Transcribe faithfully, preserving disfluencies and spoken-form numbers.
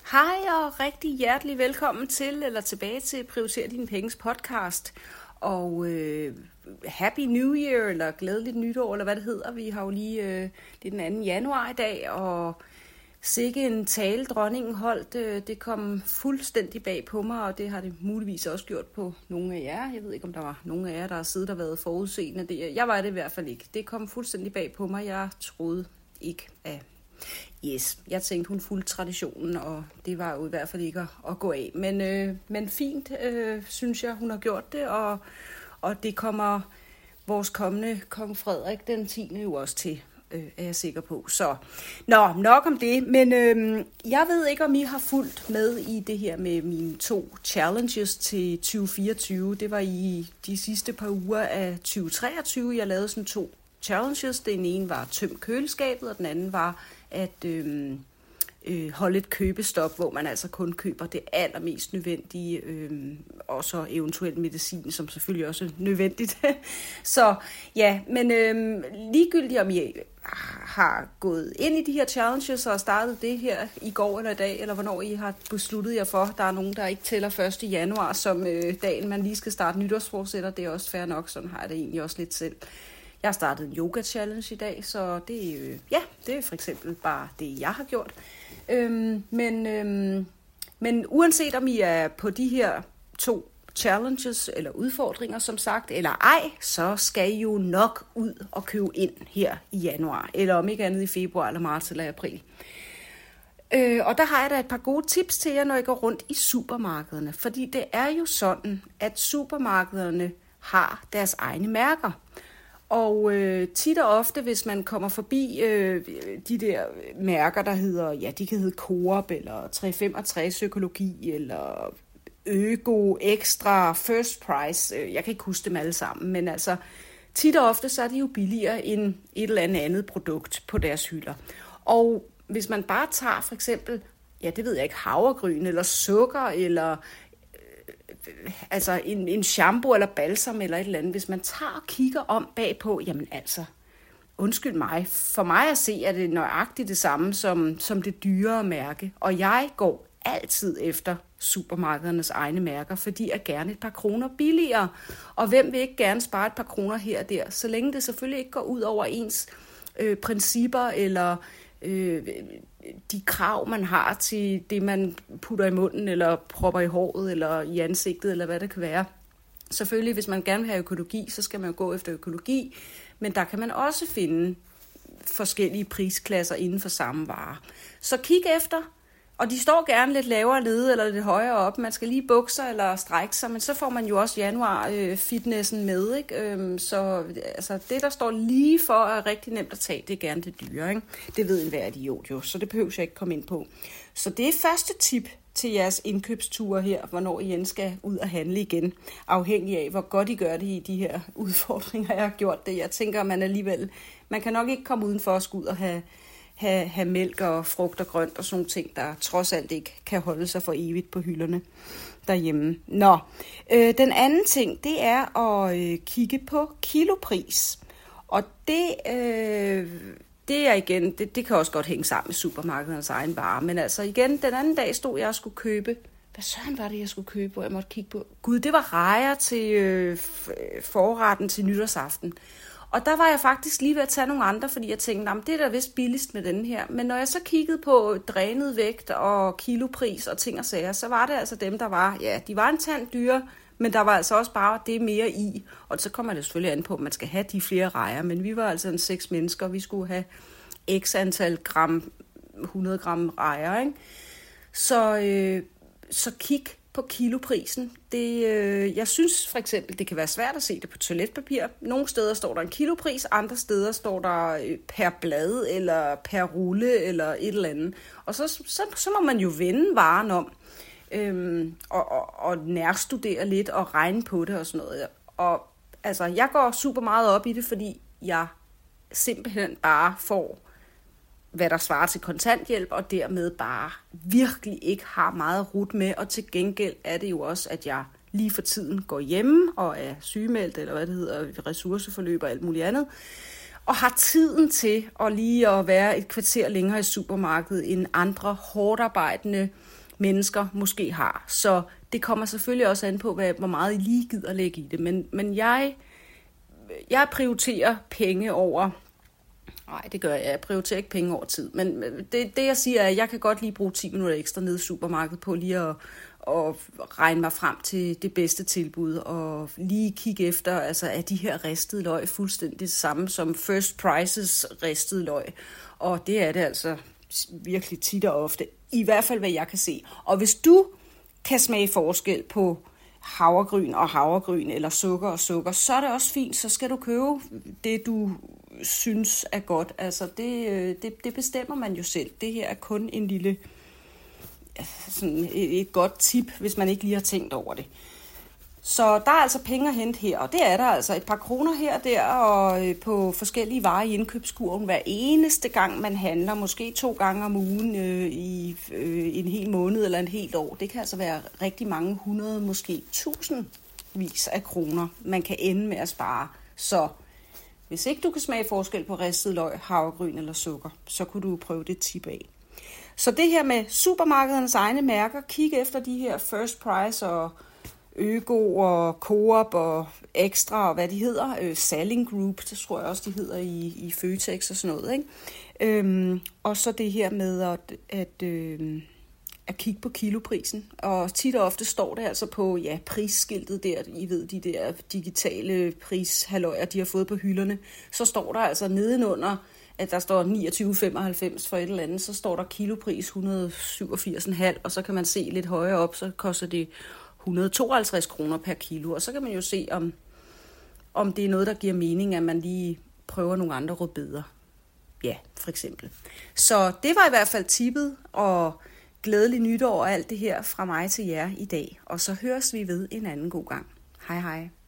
Hej og rigtig hjertelig velkommen til eller tilbage til Prioriter Dine Penges podcast. Og øh, Happy New Year, eller glædeligt nytår, eller hvad det hedder. Vi har jo lige, øh, det er den anden januar i dag, og sikke en tale, dronningen holdt. Øh, det kom fuldstændig bag på mig, og det har det muligvis også gjort på nogle af jer. Jeg ved ikke, om der var nogle af jer, der har siddet og været forudseende. Det, jeg var det i hvert fald ikke. Det kom fuldstændig bag på mig. Jeg troede ikke, at Yes, jeg tænkte, hun fulgte traditionen, og det var jo i hvert fald ikke at, at gå af. Men, øh, men fint, øh, synes jeg, hun har gjort det, og, og det kommer vores kommende kong Frederik den tiende jo også til, øh, er jeg sikker på. Så, nå, nok om det, men øh, jeg ved ikke, om I har fulgt med i det her med mine to challenges til tyve fireogtyve. Det var i de sidste par uger af tyve treogtyve, jeg lavede sådan to challenges. Den ene var tøm køleskabet, og den anden var at øh, øh, holde et købestop, hvor man altså kun køber det allermest nødvendige, øh, og så eventuelt medicin, som selvfølgelig også er nødvendigt. Så ja, men øh, ligegyldigt om I har gået ind i de her challenges og startet det her i går eller i dag, eller hvornår I har besluttet jer for, der er nogen, der ikke tæller første januar som øh, dagen, man lige skal starte nytårsforsætter, det er også fair nok, sådan har jeg det egentlig også lidt selv. Jeg har startet en yoga-challenge i dag, så det er, øh, ja, det er for eksempel bare det, jeg har gjort. Øhm, men, øhm, men uanset om I er på de her to challenges eller udfordringer, som sagt, eller ej, så skal I jo nok ud og købe ind her i januar, eller om ikke andet i februar, eller marts, eller april. Øh, og der har jeg da et par gode tips til jer, når I går rundt i supermarkederne, fordi det er jo sådan, at supermarkederne har deres egne mærker. Og øh, tit og ofte, hvis man kommer forbi øh, de der mærker, der hedder, ja, de kan hedde Coop, eller tre femogtres Økologi, eller Øko, Extra, First Price, øh, jeg kan ikke huske dem alle sammen, men altså tit og ofte, så er de jo billigere end et eller andet andet produkt på deres hylder. Og hvis man bare tager for eksempel, ja, det ved jeg ikke, havregryn, eller sukker, eller altså en, en shampoo eller balsam eller et eller andet, hvis man tager og kigger om bagpå, jamen altså, undskyld mig, for mig at se, er det nøjagtigt det samme som, som det dyrere mærke, og jeg går altid efter supermarkedernes egne mærker, fordi jeg gerne et par kroner billigere, og hvem vil ikke gerne spare et par kroner her og der, så længe det selvfølgelig ikke går ud over ens øh, principper eller øh, de krav, man har til det, man putter i munden, eller propper i håret, eller i ansigtet, eller hvad det kan være. Selvfølgelig, hvis man gerne vil have økologi, så skal man jo gå efter økologi, men der kan man også finde forskellige prisklasser inden for samme vare. Så kig efter, og de står gerne lidt lavere nede, eller lidt højere op. Man skal lige bukse sig eller strække sig, men så får man jo også januar-fitnessen med, ikke? Så altså, det, der står lige for, er rigtig nemt at tage, det er gerne det dyre, ikke? Det ved enhver idiot jo, så det behøver jeg ikke komme ind på. Så det er første tip til jeres indkøbsture her, hvornår I end skal ud og handle igen, afhængig af, hvor godt I gør det i de her udfordringer, jeg har gjort det. Jeg tænker, man alligevel, man kan nok ikke komme udenfor at skulle ud og have Have, have mælk og frugt og grønt og sådan nogle ting, der trods alt ikke kan holde sig for evigt på hylderne derhjemme. Nå, øh, den anden ting, det er at øh, kigge på kilopris. Og det, øh, det er igen, det, det kan også godt hænge sammen med supermarkedernes egen vare. Men altså igen, den anden dag stod jeg og skulle købe, hvad søren var det, jeg skulle købe, hvor jeg måtte kigge på? Gud, det var rejer til øh, forretten til nytårsaften. Og der var jeg faktisk lige ved at tage nogle andre, fordi jeg tænkte, det er da vist billigst med den her. Men når jeg så kiggede på drænet vægt og kilopris og ting og sager, så var det altså dem, der var, ja, de var en tand dyre, men der var altså også bare det mere i. Og så kommer det selvfølgelig an på, at man skal have de flere rejer. Men vi var altså en seks mennesker, og vi skulle have x antal gram, hundrede gram rejer, ikke? Så, øh, så kig på kiloprisen. Det, øh, jeg synes for eksempel, det kan være svært at se det på toiletpapir. Nogle steder står der en kilopris, andre steder står der per blad, eller per rulle, eller et eller andet. Og så, så, så må man jo vende varen om, øhm, og, og, og nærstudere lidt, og regne på det og sådan noget. Og altså, jeg går super meget op i det, fordi jeg simpelthen bare får hvad der svarer til kontanthjælp, og dermed bare virkelig ikke har meget rut med, og til gengæld er det jo også, at jeg lige for tiden går hjemme, og er sygemeldt, eller hvad det hedder, ressourceforløb og alt muligt andet, og har tiden til at lige at være et kvarter længere i supermarkedet, end andre hårdt arbejdende mennesker måske har. Så det kommer selvfølgelig også an på, hvad, hvor meget I lige gider lægge i det. Men, men jeg, jeg prioriterer penge over... Nej, det gør jeg. Jeg prioriterer ikke penge over tid. Men det, det jeg siger er, at jeg kan godt lige bruge ti minutter ekstra nede i supermarkedet på lige at, at regne mig frem til det bedste tilbud. Og lige kigge efter, altså er de her ristede løg fuldstændig det samme som First Prices ristede løg. Og det er det altså virkelig tit og ofte. I hvert fald, hvad jeg kan se. Og hvis du kan smage forskel på havregryn og havregryn, eller sukker og sukker, så er det også fint. Så skal du købe det, du synes er godt. Altså, det, det, det bestemmer man jo selv. Det her er kun en lille, sådan et, et godt tip, hvis man ikke lige har tænkt over det. Så der er altså penge at hente her, og det er der altså et par kroner her og der, og på forskellige varer i indkøbskurven hver eneste gang, man handler, måske to gange om ugen øh, i øh, en hel måned eller en helt år. Det kan altså være rigtig mange hundrede, måske tusindvis af kroner, man kan ende med at spare. Så hvis ikke du kan smage forskel på ristet løg, havregryn eller sukker, så kunne du prøve det tip af. Så det her med supermarkedernes egne mærker, kig efter de her First Price og Øko og Coop og Extra og hvad de hedder, øh, Salling Group, det tror jeg også de hedder i, i Føtex og sådan noget, ikke? Øhm, og så det her med at, at, øh, at kigge på kiloprisen, og tit og ofte står det altså på ja, prisskiltet der, I ved de der digitale prishalløjer, de har fået på hylderne, så står der altså nedenunder, at der står niogtyve femoghalvfems for et eller andet, så står der kilopris et hundrede og syvogfirs komma fem, og så kan man se lidt højere op, så koster det et hundrede og tooghalvtreds kroner per kilo, og så kan man jo se, om, om det er noget, der giver mening, at man lige prøver nogle andre rødbeder. Ja, for eksempel. Så det var i hvert fald tippet, og glædelig nytår og alt det her fra mig til jer i dag. Og så høres vi ved en anden god gang. Hej hej.